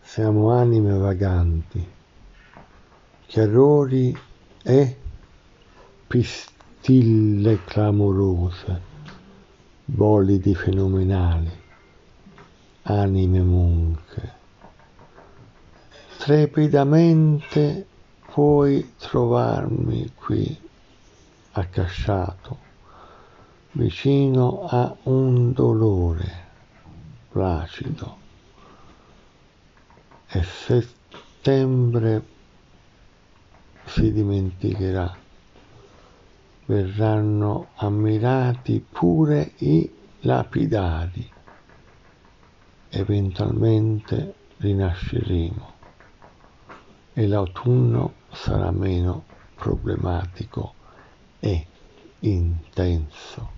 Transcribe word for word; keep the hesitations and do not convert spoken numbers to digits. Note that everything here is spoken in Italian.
Siamo anime vaganti, chiarori e pistille clamorose, bolidi fenomenali, anime monche. Trepidamente puoi trovarmi qui, accasciato, vicino a un dolore placido. E settembre si dimenticherà, verranno ammirati pure i lapidari, eventualmente rinasceremo e l'autunno sarà meno problematico e intenso.